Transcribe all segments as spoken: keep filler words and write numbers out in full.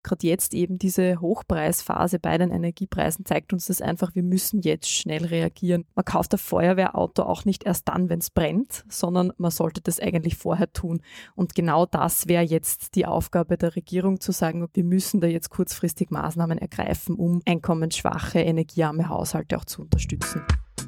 gerade jetzt eben diese Hochpreisphase bei den Energiepreisen zeigt uns das einfach, wir müssen jetzt schnell reagieren. Man kauft ein Feuerwehrauto auch nicht erst dann, wenn es brennt, sondern man sollte das eigentlich vorher tun. Und genau das wäre jetzt die Aufgabe der Regierung, zu sagen, wir müssen da jetzt kurzfristig Maßnahmen ergreifen, um einkommensschwache, energiearme Haushalte auch zu unterstützen.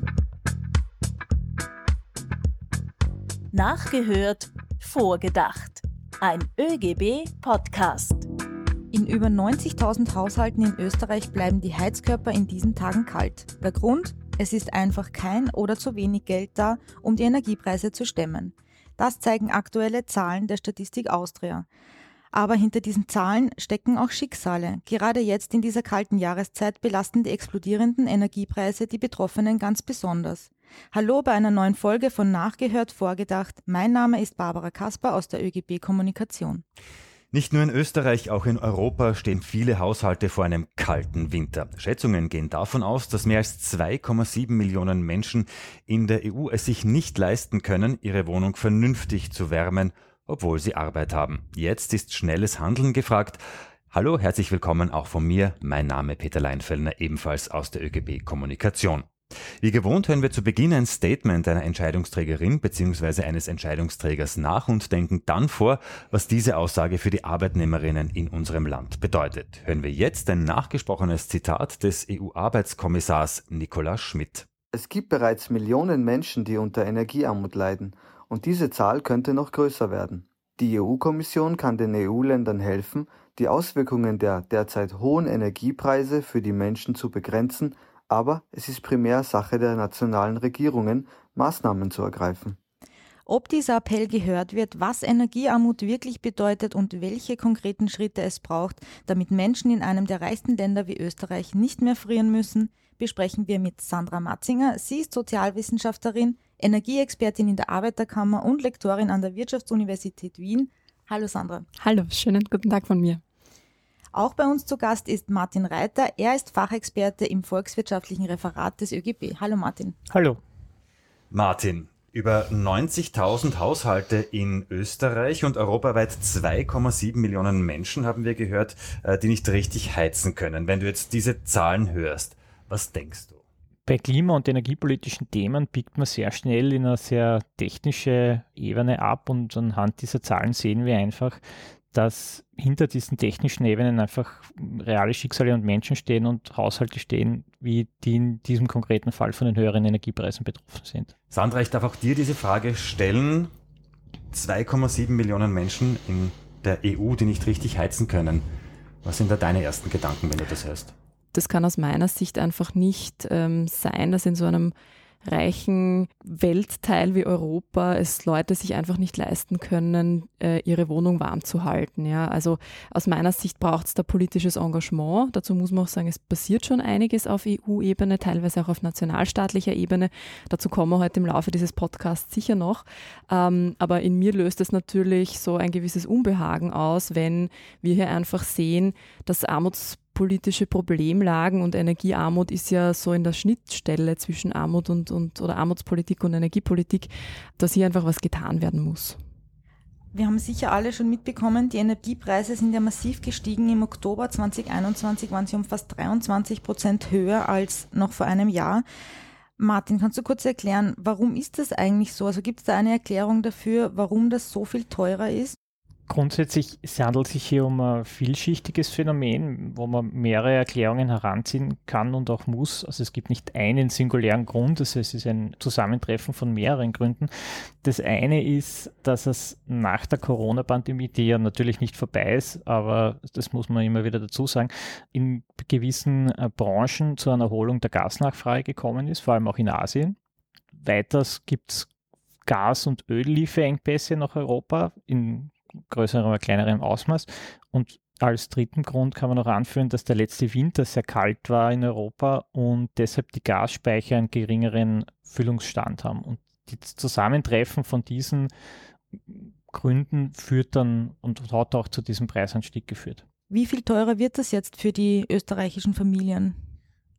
Nachgehört, vorgedacht. Ein ÖGB-Podcast. In über neunzigtausend Haushalten in Österreich bleiben die Heizkörper in diesen Tagen kalt. Der Grund? Es ist einfach kein oder zu wenig Geld da, um die Energiepreise zu stemmen. Das zeigen aktuelle Zahlen der Statistik Austria. Aber hinter diesen Zahlen stecken auch Schicksale. Gerade jetzt in dieser kalten Jahreszeit belasten die explodierenden Energiepreise die Betroffenen ganz besonders. Hallo bei einer neuen Folge von Nachgehört, vorgedacht. Mein Name ist Barbara Kasper aus der ÖGB Kommunikation. Nicht nur in Österreich, auch in Europa stehen viele Haushalte vor einem kalten Winter. Schätzungen gehen davon aus, dass mehr als zwei Komma sieben Millionen Menschen in der E U es sich nicht leisten können, ihre Wohnung vernünftig zu wärmen, obwohl sie Arbeit haben. Jetzt ist schnelles Handeln gefragt. Hallo, herzlich willkommen auch von mir. Mein Name Peter Leinfellner, ebenfalls aus der ÖGB Kommunikation. Wie gewohnt hören wir zu Beginn ein Statement einer Entscheidungsträgerin bzw. eines Entscheidungsträgers nach und denken dann vor, was diese Aussage für die Arbeitnehmerinnen in unserem Land bedeutet. Hören wir jetzt ein nachgesprochenes Zitat des E U-Arbeitskommissars Nicolas Schmit. Es gibt bereits Millionen Menschen, die unter Energiearmut leiden, und diese Zahl könnte noch größer werden. Die E U-Kommission kann den E U-Ländern helfen, die Auswirkungen der derzeit hohen Energiepreise für die Menschen zu begrenzen, aber es ist primär Sache der nationalen Regierungen, Maßnahmen zu ergreifen. Ob dieser Appell gehört wird, was Energiearmut wirklich bedeutet und welche konkreten Schritte es braucht, damit Menschen in einem der reichsten Länder wie Österreich nicht mehr frieren müssen, besprechen wir mit Sandra Matzinger. Sie ist Sozialwissenschaftlerin, Energieexpertin in der Arbeiterkammer und Lektorin an der Wirtschaftsuniversität Wien. Hallo Sandra. Hallo, schönen guten Tag von mir. Auch bei uns zu Gast ist Martin Reiter. Er ist Fachexperte im volkswirtschaftlichen Referat des ÖGB. Hallo Martin. Hallo. Martin, über neunzigtausend Haushalte in Österreich und europaweit zwei Komma sieben Millionen Menschen, haben wir gehört, die nicht richtig heizen können. Wenn du jetzt diese Zahlen hörst, was denkst du? Bei klima- und energiepolitischen Themen biegt man sehr schnell in eine sehr technische Ebene ab und anhand dieser Zahlen sehen wir einfach, dass hinter diesen technischen Ebenen einfach reale Schicksale und Menschen stehen und Haushalte stehen, wie die in diesem konkreten Fall von den höheren Energiepreisen betroffen sind. Sandra, ich darf auch dir diese Frage stellen. zwei Komma sieben Millionen Menschen in der E U, die nicht richtig heizen können. Was sind da deine ersten Gedanken, wenn du das hörst? Das kann aus meiner Sicht einfach nicht ähm, sein, dass in so einem reichen Weltteil wie Europa es Leute sich einfach nicht leisten können, äh, ihre Wohnung warm zu halten. Ja? Also aus meiner Sicht braucht es da politisches Engagement. Dazu muss man auch sagen, es passiert schon einiges auf E U-Ebene, teilweise auch auf nationalstaatlicher Ebene. Dazu kommen wir heute im Laufe dieses Podcasts sicher noch. Ähm, aber in mir löst es natürlich so ein gewisses Unbehagen aus, wenn wir hier einfach sehen, dass Armuts politische Problemlagen und Energiearmut ist ja so in der Schnittstelle zwischen Armut und, und oder Armutspolitik und Energiepolitik, dass hier einfach was getan werden muss. Wir haben sicher alle schon mitbekommen, die Energiepreise sind ja massiv gestiegen. Im Oktober zwanzig einundzwanzig waren sie um fast dreiundzwanzig Prozent höher als noch vor einem Jahr. Martin, kannst du kurz erklären, warum ist das eigentlich so? Also gibt es da eine Erklärung dafür, warum das so viel teurer ist? Grundsätzlich es handelt sich hier um ein vielschichtiges Phänomen, wo man mehrere Erklärungen heranziehen kann und auch muss. Also es gibt nicht einen singulären Grund, also es ist ein Zusammentreffen von mehreren Gründen. Das eine ist, dass es nach der Corona-Pandemie, die ja natürlich nicht vorbei ist, aber das muss man immer wieder dazu sagen, in gewissen Branchen zu einer Erholung der Gasnachfrage gekommen ist, vor allem auch in Asien. Weiters gibt es Gas- und Öllieferengpässe nach Europa in größerem oder kleinerem Ausmaß. Und als dritten Grund kann man noch anführen, dass der letzte Winter sehr kalt war in Europa und deshalb die Gasspeicher einen geringeren Füllungsstand haben. Und das Zusammentreffen von diesen Gründen führt dann und hat auch zu diesem Preisanstieg geführt. Wie viel teurer wird das jetzt für die österreichischen Familien?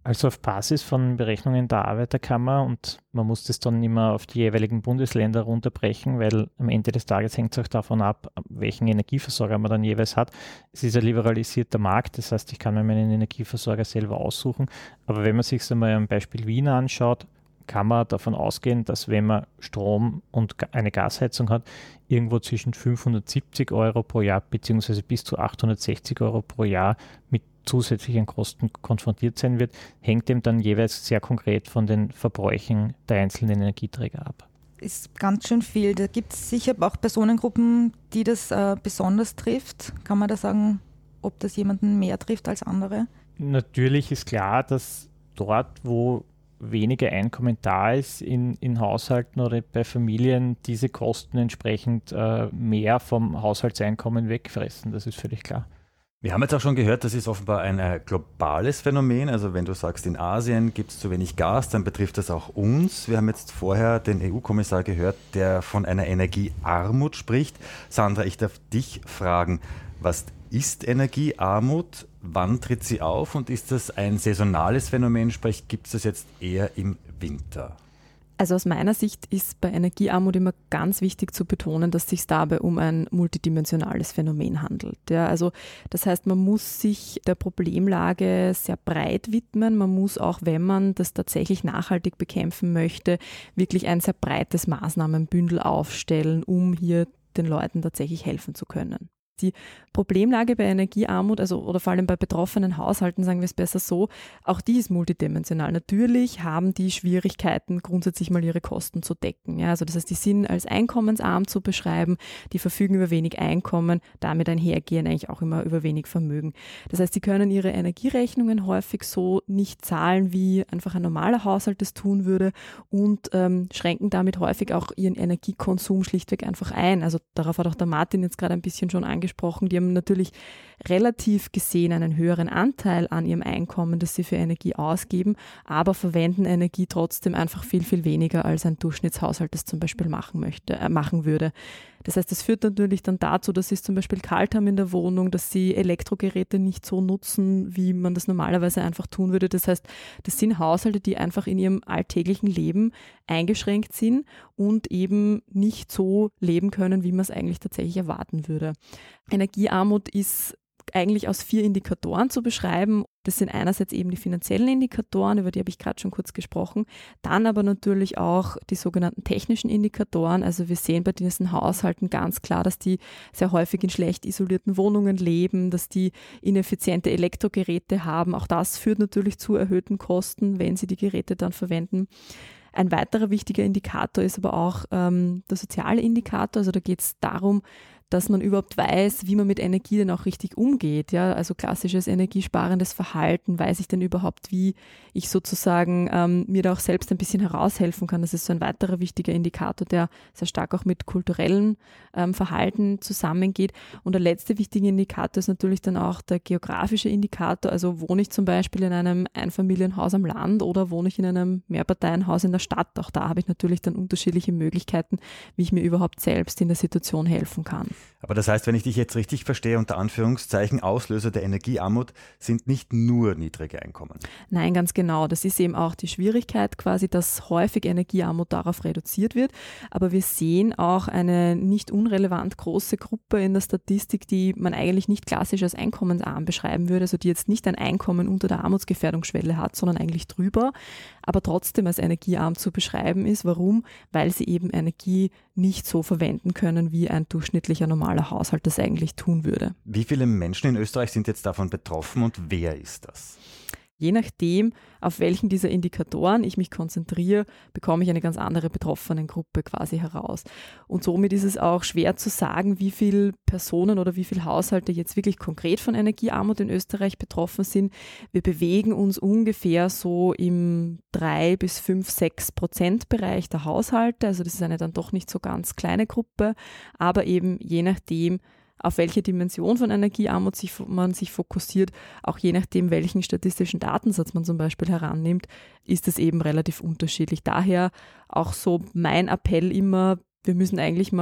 Also auf Basis von Berechnungen der Arbeiterkammer, und man muss das dann immer auf die jeweiligen Bundesländer runterbrechen, weil am Ende des Tages hängt es auch davon ab, welchen Energieversorger man dann jeweils hat. Es ist ein liberalisierter Markt, das heißt, ich kann mir meinen Energieversorger selber aussuchen. Aber wenn man sich es einmal am Beispiel Wien anschaut, kann man davon ausgehen, dass wenn man Strom und eine Gasheizung hat, irgendwo zwischen fünfhundertsiebzig Euro pro Jahr beziehungsweise bis zu achthundertsechzig Euro pro Jahr mit zusätzlichen Kosten konfrontiert sein wird, hängt dem dann jeweils sehr konkret von den Verbräuchen der einzelnen Energieträger ab. Ist ganz schön viel. Da gibt es sicher auch Personengruppen, die das äh, besonders trifft. Kann man da sagen, ob das jemanden mehr trifft als andere? Natürlich ist klar, dass dort, wo weniger Einkommen da ist in, in Haushalten oder bei Familien, diese Kosten entsprechend äh, mehr vom Haushaltseinkommen wegfressen. Das ist völlig klar. Wir haben jetzt auch schon gehört, das ist offenbar ein äh, globales Phänomen. Also wenn du sagst, in Asien gibt es zu wenig Gas, dann betrifft das auch uns. Wir haben jetzt vorher den E U-Kommissar gehört, der von einer Energiearmut spricht. Sandra, ich darf dich fragen, was ist Energiearmut? Wann tritt sie auf? Und ist das ein saisonales Phänomen? Sprich, gibt es das jetzt eher im Winter? Also aus meiner Sicht ist bei Energiearmut immer ganz wichtig zu betonen, dass es sich dabei um ein multidimensionales Phänomen handelt. Ja, also das heißt, man muss sich der Problemlage sehr breit widmen. Man muss auch, wenn man das tatsächlich nachhaltig bekämpfen möchte, wirklich ein sehr breites Maßnahmenbündel aufstellen, um hier den Leuten tatsächlich helfen zu können. Die Problemlage bei Energiearmut, also oder vor allem bei betroffenen Haushalten, sagen wir es besser so, auch die ist multidimensional. Natürlich haben die Schwierigkeiten, grundsätzlich mal ihre Kosten zu decken. Ja, also das heißt, die sind als einkommensarm zu beschreiben, die verfügen über wenig Einkommen, damit einhergehen eigentlich auch immer über wenig Vermögen. Das heißt, sie können ihre Energierechnungen häufig so nicht zahlen, wie einfach ein normaler Haushalt das tun würde und ähm, schränken damit häufig auch ihren Energiekonsum schlichtweg einfach ein. Also darauf hat auch der Martin jetzt gerade ein bisschen schon angesprochen. Die haben natürlich relativ gesehen einen höheren Anteil an ihrem Einkommen, das sie für Energie ausgeben, aber verwenden Energie trotzdem einfach viel, viel weniger, als ein Durchschnittshaushalt das zum Beispiel machen möchte, äh, machen würde. Das heißt, das führt natürlich dann dazu, dass sie es zum Beispiel kalt haben in der Wohnung, dass sie Elektrogeräte nicht so nutzen, wie man das normalerweise einfach tun würde. Das heißt, das sind Haushalte, die einfach in ihrem alltäglichen Leben eingeschränkt sind und eben nicht so leben können, wie man es eigentlich tatsächlich erwarten würde. Energiearmut ist eigentlich aus vier Indikatoren zu beschreiben. Das sind einerseits eben die finanziellen Indikatoren, über die habe ich gerade schon kurz gesprochen, dann aber natürlich auch die sogenannten technischen Indikatoren. Also wir sehen bei diesen Haushalten ganz klar, dass die sehr häufig in schlecht isolierten Wohnungen leben, dass die ineffiziente Elektrogeräte haben. Auch das führt natürlich zu erhöhten Kosten, wenn sie die Geräte dann verwenden. Ein weiterer wichtiger Indikator ist aber auch ähm, der soziale Indikator. Also da geht es darum, dass man überhaupt weiß, wie man mit Energie denn auch richtig umgeht. Ja? Also klassisches energiesparendes Verhalten. Weiß ich denn überhaupt, wie ich sozusagen ähm, mir da auch selbst ein bisschen heraushelfen kann? Das ist so ein weiterer wichtiger Indikator, der sehr stark auch mit kulturellem ähm, Verhalten zusammengeht. Und der letzte wichtige Indikator ist natürlich dann auch der geografische Indikator. Also wohne ich zum Beispiel in einem Einfamilienhaus am Land oder wohne ich in einem Mehrparteienhaus in der Stadt? Auch da habe ich natürlich dann unterschiedliche Möglichkeiten, wie ich mir überhaupt selbst in der Situation helfen kann. Aber das heißt, wenn ich dich jetzt richtig verstehe, unter Anführungszeichen, Auslöser der Energiearmut sind nicht nur niedrige Einkommen. Nein, ganz genau. Das ist eben auch die Schwierigkeit quasi, dass häufig Energiearmut darauf reduziert wird. Aber wir sehen auch eine nicht unrelevant große Gruppe in der Statistik, die man eigentlich nicht klassisch als einkommensarm beschreiben würde, also die jetzt nicht ein Einkommen unter der Armutsgefährdungsschwelle hat, sondern eigentlich drüber, aber trotzdem als energiearm zu beschreiben ist. Warum? Weil sie eben Energie nicht so verwenden können, wie ein durchschnittlicher normaler Haushalt das eigentlich tun würde. Wie viele Menschen in Österreich sind jetzt davon betroffen und wer ist das? Je nachdem, auf welchen dieser Indikatoren ich mich konzentriere, bekomme ich eine ganz andere Betroffenengruppe quasi heraus. Und somit ist es auch schwer zu sagen, wie viele Personen oder wie viele Haushalte jetzt wirklich konkret von Energiearmut in Österreich betroffen sind. Wir bewegen uns ungefähr so im drei bis fünf, sechs Prozent Bereich der Haushalte. Also das ist eine dann doch nicht so ganz kleine Gruppe, aber eben je nachdem, auf welche Dimension von Energiearmut sich, man sich fokussiert, auch je nachdem, welchen statistischen Datensatz man zum Beispiel herannimmt, ist es eben relativ unterschiedlich. Daher auch so mein Appell immer, wir müssen eigentlich mal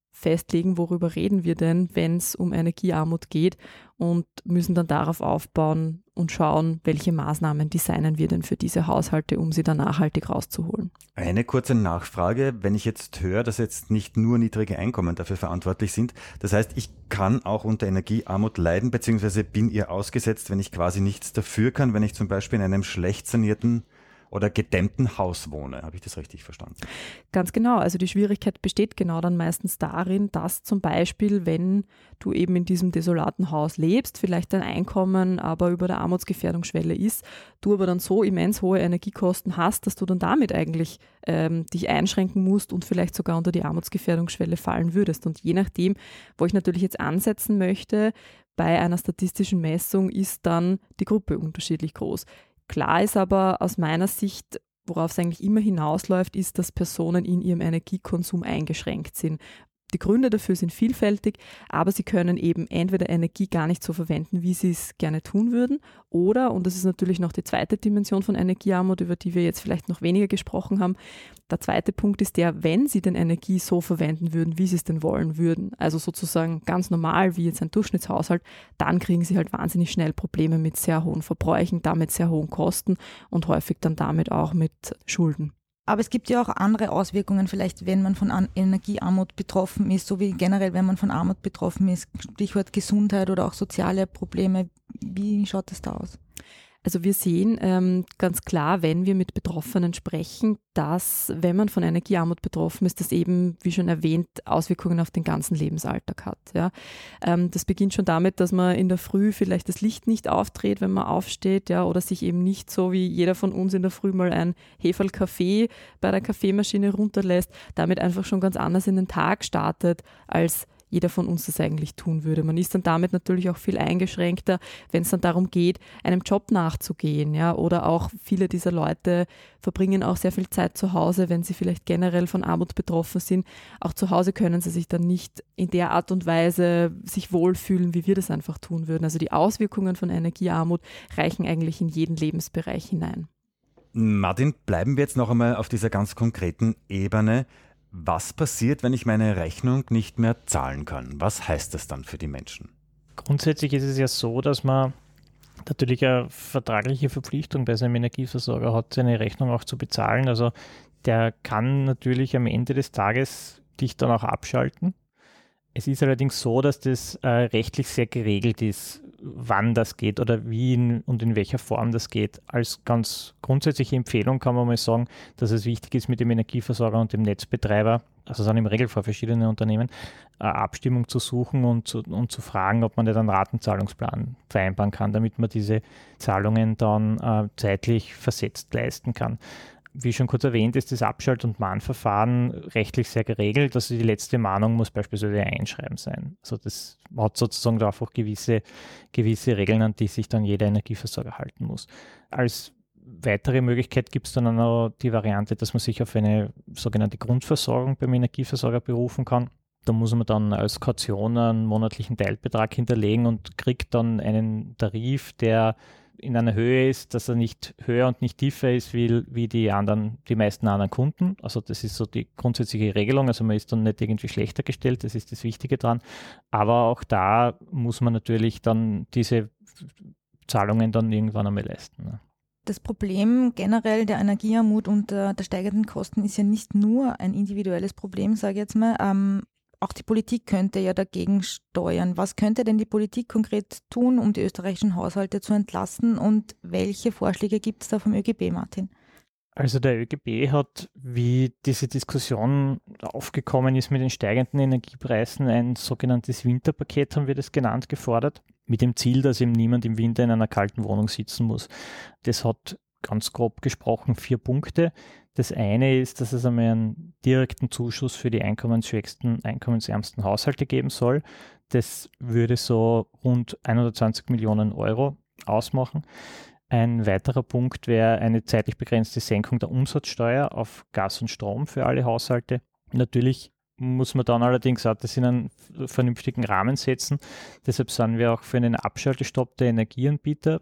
festlegen, worüber reden wir denn, wenn es um Energiearmut geht, und müssen dann darauf aufbauen und schauen, welche Maßnahmen designen wir denn für diese Haushalte, um sie dann nachhaltig rauszuholen. Eine kurze Nachfrage, wenn ich jetzt höre, dass jetzt nicht nur niedrige Einkommen dafür verantwortlich sind, das heißt, ich kann auch unter Energiearmut leiden, beziehungsweise bin ihr ausgesetzt, wenn ich quasi nichts dafür kann, wenn ich zum Beispiel in einem schlecht sanierten oder gedämmten Haus wohne. Habe ich das richtig verstanden? Ganz genau. Also die Schwierigkeit besteht genau dann meistens darin, dass zum Beispiel, wenn du eben in diesem desolaten Haus lebst, vielleicht dein Einkommen aber über der Armutsgefährdungsschwelle ist, du aber dann so immens hohe Energiekosten hast, dass du dann damit eigentlich ähm, dich einschränken musst und vielleicht sogar unter die Armutsgefährdungsschwelle fallen würdest. Und je nachdem, wo ich natürlich jetzt ansetzen möchte, bei einer statistischen Messung ist dann die Gruppe unterschiedlich groß. Klar ist aber aus meiner Sicht, worauf es eigentlich immer hinausläuft, ist, dass Personen in ihrem Energiekonsum eingeschränkt sind. Die Gründe dafür sind vielfältig, aber sie können eben entweder Energie gar nicht so verwenden, wie sie es gerne tun würden, oder, und das ist natürlich noch die zweite Dimension von Energiearmut, über die wir jetzt vielleicht noch weniger gesprochen haben, der zweite Punkt ist der, wenn sie denn Energie so verwenden würden, wie sie es denn wollen würden, also sozusagen ganz normal wie jetzt ein Durchschnittshaushalt, dann kriegen sie halt wahnsinnig schnell Probleme mit sehr hohen Verbräuchen, damit sehr hohen Kosten und häufig dann damit auch mit Schulden. Aber es gibt ja auch andere Auswirkungen, vielleicht wenn man von An- Energiearmut betroffen ist, so wie generell, wenn man von Armut betroffen ist, Stichwort Gesundheit oder auch soziale Probleme. Wie schaut es da aus? Also wir sehen ähm, ganz klar, wenn wir mit Betroffenen sprechen, dass, wenn man von Energiearmut betroffen ist, das eben, wie schon erwähnt, Auswirkungen auf den ganzen Lebensalltag hat. Ja. Ähm, das beginnt schon damit, dass man in der Früh vielleicht das Licht nicht aufdreht, wenn man aufsteht, ja, oder sich eben nicht so wie jeder von uns in der Früh mal ein Heferl Kaffee bei der Kaffeemaschine runterlässt, damit einfach schon ganz anders in den Tag startet, als jeder von uns das eigentlich tun würde. Man ist dann damit natürlich auch viel eingeschränkter, wenn es dann darum geht, einem Job nachzugehen. Ja? Oder auch viele dieser Leute verbringen auch sehr viel Zeit zu Hause, wenn sie vielleicht generell von Armut betroffen sind. Auch zu Hause können sie sich dann nicht in der Art und Weise sich wohlfühlen, wie wir das einfach tun würden. Also die Auswirkungen von Energiearmut reichen eigentlich in jeden Lebensbereich hinein. Martin, bleiben wir jetzt noch einmal auf dieser ganz konkreten Ebene. Was passiert, wenn ich meine Rechnung nicht mehr zahlen kann? Was heißt das dann für die Menschen? Grundsätzlich ist es ja so, dass man natürlich eine vertragliche Verpflichtung bei seinem Energieversorger hat, seine Rechnung auch zu bezahlen. Also der kann natürlich am Ende des Tages dich dann auch abschalten. Es ist allerdings so, dass das äh, rechtlich sehr geregelt ist, wann das geht oder wie in, und in welcher Form das geht. Als ganz grundsätzliche Empfehlung kann man mal sagen, dass es wichtig ist, mit dem Energieversorger und dem Netzbetreiber, also dann im Regelfall verschiedene Unternehmen, eine Abstimmung zu suchen und zu, und zu fragen, ob man nicht einen Ratenzahlungsplan vereinbaren kann, damit man diese Zahlungen dann äh, zeitlich versetzt leisten kann. Wie schon kurz erwähnt, ist das Abschalt- und Mahnverfahren rechtlich sehr geregelt. Also die letzte Mahnung muss beispielsweise ein Einschreiben sein. Also das hat sozusagen da einfach gewisse, gewisse Regeln, an die sich dann jeder Energieversorger halten muss. Als weitere Möglichkeit gibt es dann auch noch die Variante, dass man sich auf eine sogenannte Grundversorgung beim Energieversorger berufen kann. Da muss man dann als Kaution einen monatlichen Teilbetrag hinterlegen und kriegt dann einen Tarif, der in einer Höhe ist, dass er nicht höher und nicht tiefer ist wie, wie die anderen, die meisten anderen Kunden. Also das ist so die grundsätzliche Regelung. Also man ist dann nicht irgendwie schlechter gestellt, das ist das Wichtige dran. Aber auch da muss man natürlich dann diese Zahlungen dann irgendwann einmal leisten. Ne? Das Problem generell der Energiearmut und der, der steigenden Kosten ist ja nicht nur ein individuelles Problem, sage ich jetzt mal. Ähm, Auch die Politik könnte ja dagegen steuern. Was könnte denn die Politik konkret tun, um die österreichischen Haushalte zu entlasten, und welche Vorschläge gibt es da vom ÖGB, Martin? Also der ÖGB hat, wie diese Diskussion aufgekommen ist mit den steigenden Energiepreisen, ein sogenanntes Winterpaket, haben wir das genannt, gefordert, mit dem Ziel, dass eben niemand im Winter in einer kalten Wohnung sitzen muss. Das hat ganz grob gesprochen vier Punkte. Das eine ist, dass es einmal einen direkten Zuschuss für die einkommensschwächsten, einkommensärmsten Haushalte geben soll. Das würde so rund hundertzwanzig Millionen Euro ausmachen. Ein weiterer Punkt wäre eine zeitlich begrenzte Senkung der Umsatzsteuer auf Gas und Strom für alle Haushalte. Natürlich muss man dann allerdings auch das in einen vernünftigen Rahmen setzen. Deshalb sind wir auch für einen Abschaltestopp der Energieanbieter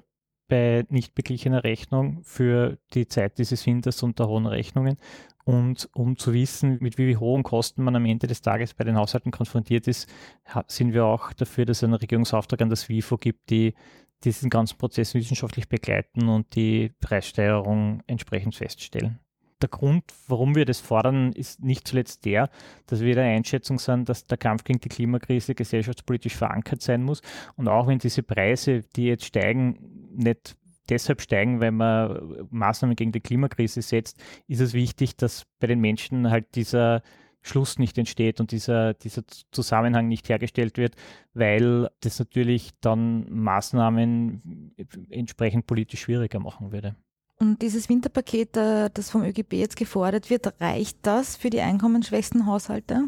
bei nicht beglichener Rechnung für die Zeit dieses Winters und der hohen Rechnungen. Und um zu wissen, mit wie hohen Kosten man am Ende des Tages bei den Haushalten konfrontiert ist, sind wir auch dafür, dass es einen Regierungsauftrag an das W I F O gibt, die diesen ganzen Prozess wissenschaftlich begleiten und die Preissteigerung entsprechend feststellen. Der Grund, warum wir das fordern, ist nicht zuletzt der, dass wir der Einschätzung sind, dass der Kampf gegen die Klimakrise gesellschaftspolitisch verankert sein muss. Und auch wenn diese Preise, die jetzt steigen, nicht deshalb steigen, weil man Maßnahmen gegen die Klimakrise setzt, ist es wichtig, dass bei den Menschen halt dieser Schluss nicht entsteht und dieser, dieser Zusammenhang nicht hergestellt wird, weil das natürlich dann Maßnahmen entsprechend politisch schwieriger machen würde. Und dieses Winterpaket, das vom ÖGB jetzt gefordert wird, reicht das für die einkommensschwächsten Haushalte?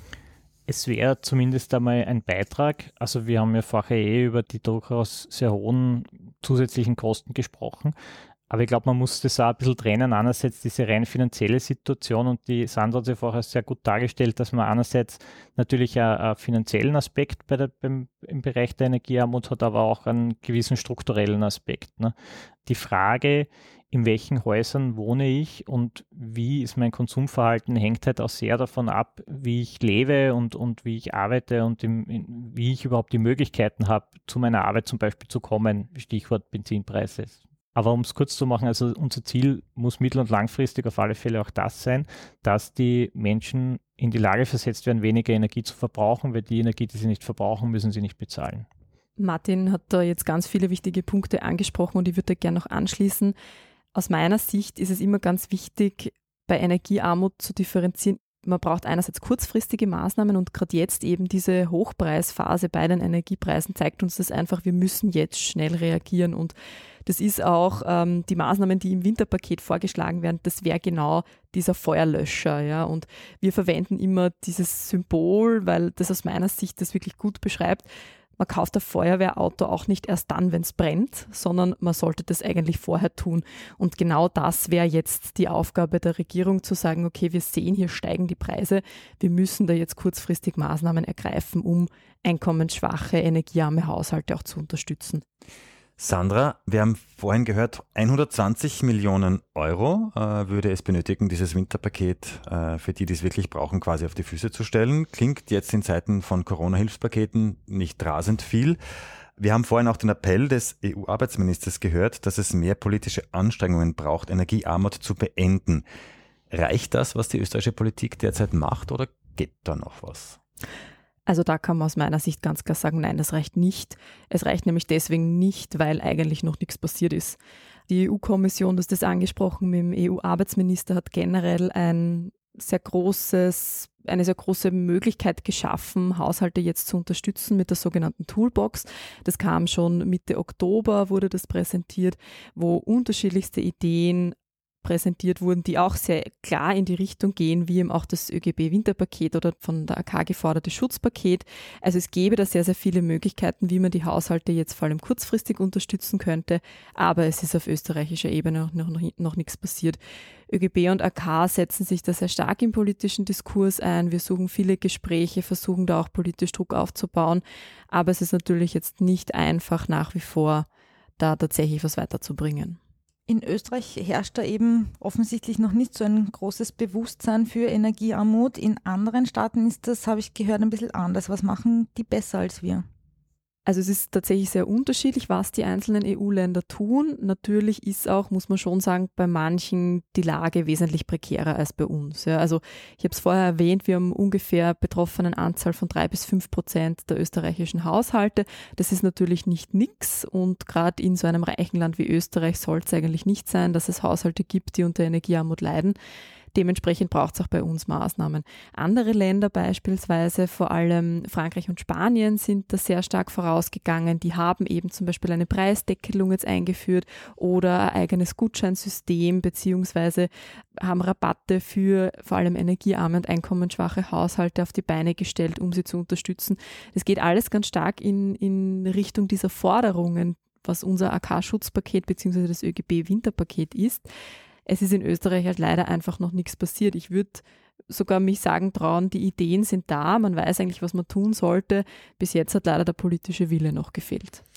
Es wäre zumindest einmal ein Beitrag. Also wir haben ja vorher eh über die durchaus sehr hohen zusätzlichen Kosten gesprochen. Aber ich glaube, man muss das auch ein bisschen trennen. Einerseits diese rein finanzielle Situation, und die Sandra hat ja vorher sehr gut dargestellt, dass man einerseits natürlich einen, einen finanziellen Aspekt bei der, beim, im Bereich der Energiearmut hat, aber auch einen gewissen strukturellen Aspekt. Ne? Die Frage, in welchen Häusern wohne ich und wie ist mein Konsumverhalten, hängt halt auch sehr davon ab, wie ich lebe und, und wie ich arbeite und im, in, wie ich überhaupt die Möglichkeiten habe, zu meiner Arbeit zum Beispiel zu kommen. Stichwort Benzinpreise. Aber um es kurz zu machen, also unser Ziel muss mittel- und langfristig auf alle Fälle auch das sein, dass die Menschen in die Lage versetzt werden, weniger Energie zu verbrauchen, weil die Energie, die sie nicht verbrauchen, müssen sie nicht bezahlen. Martin hat da jetzt ganz viele wichtige Punkte angesprochen und ich würde da gerne noch anschließen. Aus meiner Sicht ist es immer ganz wichtig, bei Energiearmut zu differenzieren. Man braucht einerseits kurzfristige Maßnahmen und gerade jetzt eben diese Hochpreisphase bei den Energiepreisen zeigt uns das einfach, wir müssen jetzt schnell reagieren und das ist auch ähm, die Maßnahmen, die im Winterpaket vorgeschlagen werden, das wäre genau dieser Feuerlöscher. Ja? Und wir verwenden immer dieses Symbol, weil das aus meiner Sicht das wirklich gut beschreibt. Man kauft ein Feuerwehrauto auch nicht erst dann, wenn es brennt, sondern man sollte das eigentlich vorher tun. Und genau das wäre jetzt die Aufgabe der Regierung, zu sagen, okay, wir sehen, hier steigen die Preise, wir müssen da jetzt kurzfristig Maßnahmen ergreifen, um einkommensschwache, energiearme Haushalte auch zu unterstützen. Sandra, wir haben vorhin gehört, hundertzwanzig Millionen Euro äh, würde es benötigen, dieses Winterpaket äh, für die, die es wirklich brauchen, quasi auf die Füße zu stellen. Klingt jetzt in Zeiten von Corona-Hilfspaketen nicht rasend viel. Wir haben vorhin auch den Appell des E U-Arbeitsministers gehört, dass es mehr politische Anstrengungen braucht, Energiearmut zu beenden. Reicht das, was die österreichische Politik derzeit macht, oder geht da noch was? Also da kann man aus meiner Sicht ganz klar sagen, nein, das reicht nicht. Es reicht nämlich deswegen nicht, weil eigentlich noch nichts passiert ist. Die E U-Kommission, du hast das angesprochen, mit dem E U-Arbeitsminister hat generell ein sehr großes, eine sehr große Möglichkeit geschaffen, Haushalte jetzt zu unterstützen mit der sogenannten Toolbox. Das kam schon Mitte Oktober, wurde das präsentiert, wo unterschiedlichste Ideen präsentiert wurden, die auch sehr klar in die Richtung gehen, wie eben auch das ÖGB-Winterpaket oder von der A K geforderte Schutzpaket. Also es gäbe da sehr, sehr viele Möglichkeiten, wie man die Haushalte jetzt vor allem kurzfristig unterstützen könnte, aber es ist auf österreichischer Ebene noch, noch, noch nichts passiert. ÖGB und A K setzen sich da sehr stark im politischen Diskurs ein. Wir suchen viele Gespräche, versuchen da auch politisch Druck aufzubauen, aber es ist natürlich jetzt nicht einfach nach wie vor, da tatsächlich was weiterzubringen. In Österreich herrscht da eben offensichtlich noch nicht so ein großes Bewusstsein für Energiearmut. In anderen Staaten ist das, habe ich gehört, ein bisschen anders. Was machen die besser als wir? Also es ist tatsächlich sehr unterschiedlich, was die einzelnen E U-Länder tun. Natürlich ist auch, muss man schon sagen, bei manchen die Lage wesentlich prekärer als bei uns. Ja, also ich habe es vorher erwähnt, wir haben ungefähr betroffenen Anzahl von drei bis fünf Prozent der österreichischen Haushalte. Das ist natürlich nicht nix und gerade in so einem reichen Land wie Österreich soll es eigentlich nicht sein, dass es Haushalte gibt, die unter Energiearmut leiden. Dementsprechend braucht es auch bei uns Maßnahmen. Andere Länder beispielsweise, vor allem Frankreich und Spanien, sind da sehr stark vorausgegangen. Die haben eben zum Beispiel eine Preisdeckelung jetzt eingeführt oder ein eigenes Gutscheinsystem beziehungsweise haben Rabatte für vor allem energiearme und einkommensschwache Haushalte auf die Beine gestellt, um sie zu unterstützen. Das geht alles ganz stark in, in Richtung dieser Forderungen, was unser A K-Schutzpaket beziehungsweise das ÖGB-Winterpaket ist. Es ist in Österreich halt leider einfach noch nichts passiert. Ich würde sogar mich sagen trauen, die Ideen sind da, man weiß eigentlich, was man tun sollte. Bis jetzt hat leider der politische Wille noch gefehlt.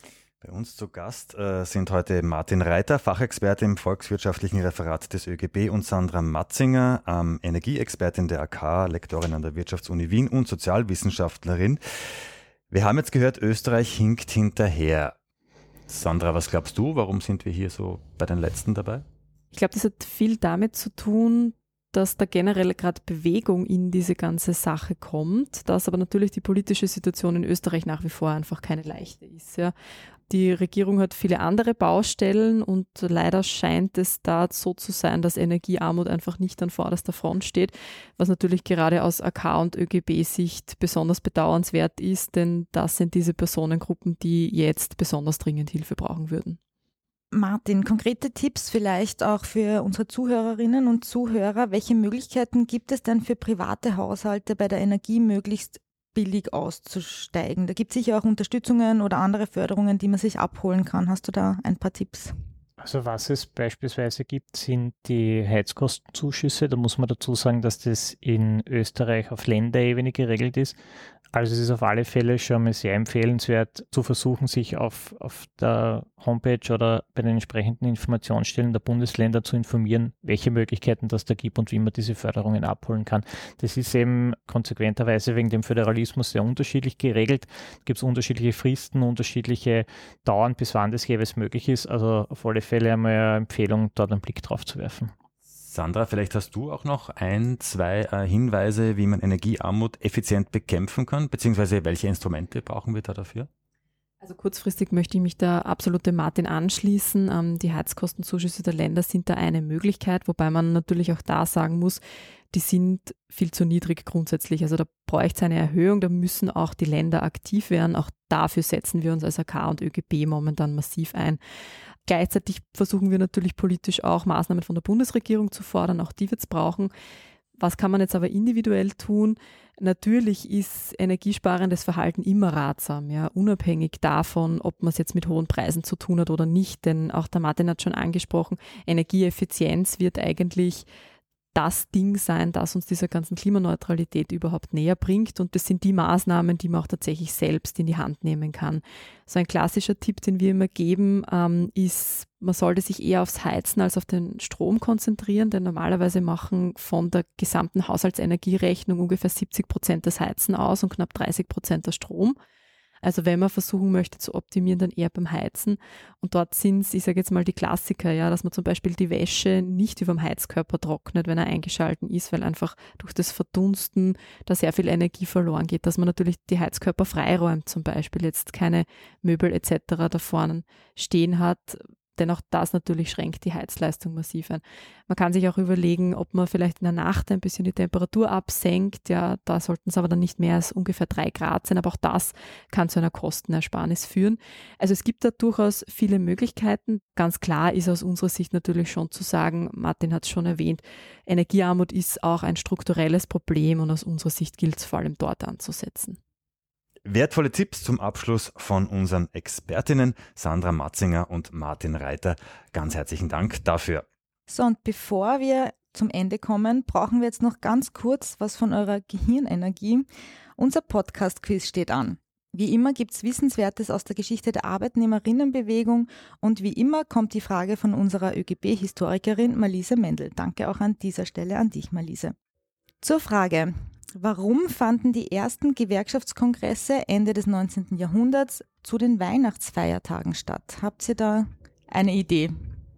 Bei uns zu Gast äh, sind heute Martin Reiter, Fachexperte im volkswirtschaftlichen Referat des ÖGB, und Sandra Matzinger, ähm, Energieexpertin der A K, Lektorin an der Wirtschaftsuni Wien und Sozialwissenschaftlerin. Wir haben jetzt gehört, Österreich hinkt hinterher. Sandra, was glaubst du, warum sind wir hier so bei den Letzten dabei? Ich glaube, das hat viel damit zu tun, dass da generell gerade Bewegung in diese ganze Sache kommt, dass aber natürlich die politische Situation in Österreich nach wie vor einfach keine leichte ist. Ja. Die Regierung hat viele andere Baustellen und leider scheint es da so zu sein, dass Energiearmut einfach nicht an vorderster Front steht, was natürlich gerade aus A K- und ÖGB-Sicht besonders bedauernswert ist, denn das sind diese Personengruppen, die jetzt besonders dringend Hilfe brauchen würden. Martin, konkrete Tipps vielleicht auch für unsere Zuhörerinnen und Zuhörer. Welche Möglichkeiten gibt es denn für private Haushalte, bei der Energie möglichst billig auszusteigen? Da gibt es sicher auch Unterstützungen oder andere Förderungen, die man sich abholen kann. Hast du da ein paar Tipps? Also was es beispielsweise gibt, sind die Heizkostenzuschüsse. Da muss man dazu sagen, dass das in Österreich auf Länderebene geregelt ist. Also es ist auf alle Fälle schon mal sehr empfehlenswert, zu versuchen, sich auf, auf der Homepage oder bei den entsprechenden Informationsstellen der Bundesländer zu informieren, welche Möglichkeiten das da gibt und wie man diese Förderungen abholen kann. Das ist eben konsequenterweise wegen dem Föderalismus sehr unterschiedlich geregelt. Da gibt es unterschiedliche Fristen, unterschiedliche Dauern, bis wann das jeweils möglich ist. Also auf alle Fälle einmal eine Empfehlung, dort einen Blick drauf zu werfen. Sandra, vielleicht hast du auch noch ein, zwei äh, Hinweise, wie man Energiearmut effizient bekämpfen kann, beziehungsweise welche Instrumente brauchen wir da dafür? Also kurzfristig möchte ich mich da absolut dem Martin anschließen. Ähm, die Heizkostenzuschüsse der Länder sind da eine Möglichkeit, wobei man natürlich auch da sagen muss, die sind viel zu niedrig grundsätzlich. Also da bräuchte es eine Erhöhung, da müssen auch die Länder aktiv werden. Auch dafür setzen wir uns als A K und ÖGB momentan massiv ein. Gleichzeitig versuchen wir natürlich politisch auch Maßnahmen von der Bundesregierung zu fordern, auch die wird es brauchen. Was kann man jetzt aber individuell tun? Natürlich ist energiesparendes Verhalten immer ratsam, ja, unabhängig davon, ob man es jetzt mit hohen Preisen zu tun hat oder nicht, denn auch der Martin hat schon angesprochen, Energieeffizienz wird eigentlich das Ding sein, das uns dieser ganzen Klimaneutralität überhaupt näher bringt, und das sind die Maßnahmen, die man auch tatsächlich selbst in die Hand nehmen kann. So ein klassischer Tipp, den wir immer geben, ähm, ist, man sollte sich eher aufs Heizen als auf den Strom konzentrieren, denn normalerweise machen von der gesamten Haushaltsenergierechnung ungefähr siebzig Prozent das Heizen aus und knapp dreißig Prozent der Strom. Also wenn man versuchen möchte zu optimieren, dann eher beim Heizen. Und dort sind es, ich sage jetzt mal, die Klassiker, ja, dass man zum Beispiel die Wäsche nicht über dem Heizkörper trocknet, wenn er eingeschalten ist, weil einfach durch das Verdunsten da sehr viel Energie verloren geht, dass man natürlich die Heizkörper freiräumt, zum Beispiel jetzt keine Möbel et cetera da vorne stehen hat. Denn auch das natürlich schränkt die Heizleistung massiv ein. Man kann sich auch überlegen, ob man vielleicht in der Nacht ein bisschen die Temperatur absenkt. Ja, da sollten es aber dann nicht mehr als ungefähr drei Grad sein. Aber auch das kann zu einer Kostenersparnis führen. Also es gibt da durchaus viele Möglichkeiten. Ganz klar ist aus unserer Sicht natürlich schon zu sagen, Martin hat es schon erwähnt, Energiearmut ist auch ein strukturelles Problem und aus unserer Sicht gilt es vor allem dort anzusetzen. Wertvolle Tipps zum Abschluss von unseren Expertinnen Sandra Matzinger und Martin Reiter. Ganz herzlichen Dank dafür. So, und bevor wir zum Ende kommen, brauchen wir jetzt noch ganz kurz was von eurer Gehirnenergie. Unser Podcast-Quiz steht an. Wie immer gibt es Wissenswertes aus der Geschichte der Arbeitnehmerinnenbewegung und wie immer kommt die Frage von unserer ÖGB-Historikerin Marlise Mendel. Danke auch an dieser Stelle an dich, Marlise. Zur Frage: Warum fanden die ersten Gewerkschaftskongresse Ende des neunzehnten Jahrhunderts zu den Weihnachtsfeiertagen statt? Habt ihr da eine Idee?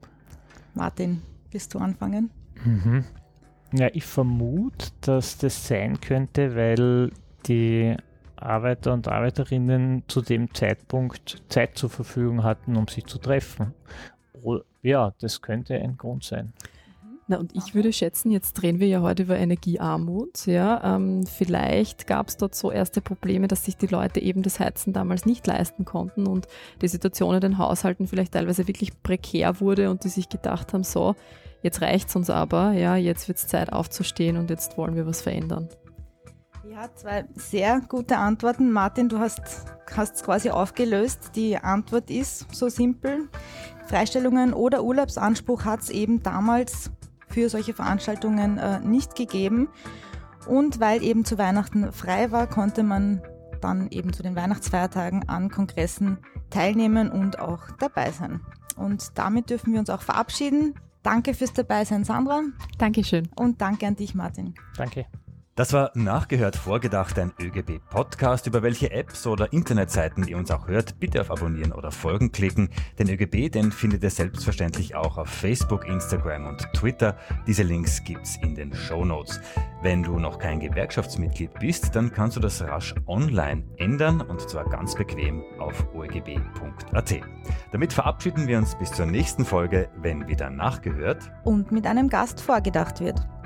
Martin, willst du anfangen? Mhm. Ja, ich vermute, dass das sein könnte, weil die Arbeiter und Arbeiterinnen zu dem Zeitpunkt Zeit zur Verfügung hatten, um sich zu treffen. Ja, das könnte ein Grund sein. Na, und ich würde schätzen, jetzt drehen wir ja heute über Energiearmut. Ja, ähm, vielleicht gab es dort so erste Probleme, dass sich die Leute eben das Heizen damals nicht leisten konnten und die Situation in den Haushalten vielleicht teilweise wirklich prekär wurde und die sich gedacht haben, so, jetzt reicht es uns aber, ja, jetzt wird es Zeit aufzustehen und jetzt wollen wir was verändern. Ja, zwei sehr gute Antworten. Martin, du hast es quasi aufgelöst. Die Antwort ist so simpel. Freistellungen oder Urlaubsanspruch hat es eben damals für solche Veranstaltungen äh, nicht gegeben. Und weil eben zu Weihnachten frei war, konnte man dann eben zu den Weihnachtsfeiertagen an Kongressen teilnehmen und auch dabei sein. Und damit dürfen wir uns auch verabschieden. Danke fürs Dabeisein, Sandra. Dankeschön. Und danke an dich, Martin. Danke. Das war Nachgehört vorgedacht, ein ÖGB-Podcast. Über welche Apps oder Internetseiten ihr uns auch hört, bitte auf Abonnieren oder Folgen klicken. Den ÖGB, den findet ihr selbstverständlich auch auf Facebook, Instagram und Twitter. Diese Links gibt's in den Shownotes. Wenn du noch kein Gewerkschaftsmitglied bist, dann kannst du das rasch online ändern und zwar ganz bequem auf o e g b punkt a t. Damit verabschieden wir uns bis zur nächsten Folge, wenn wieder nachgehört und mit einem Gast vorgedacht wird.